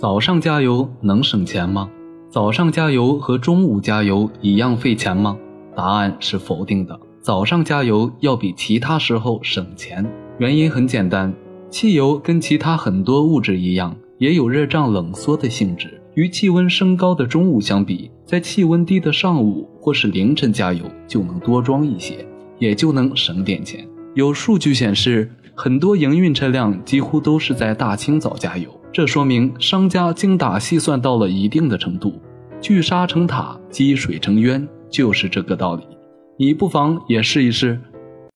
早上加油能省钱吗？早上加油和中午加油一样费钱吗？答案是否定的。早上加油要比其他时候省钱，原因很简单，汽油跟其他很多物质一样，也有热胀冷缩的性质。与气温升高的中午相比，在气温低的上午或是凌晨加油就能多装一些，也就能省点钱。有数据显示，很多营运车辆几乎都是在大清早加油，这说明商家精打细算到了一定的程度。聚沙成塔，积水成渊，就是这个道理。你不妨也试一试。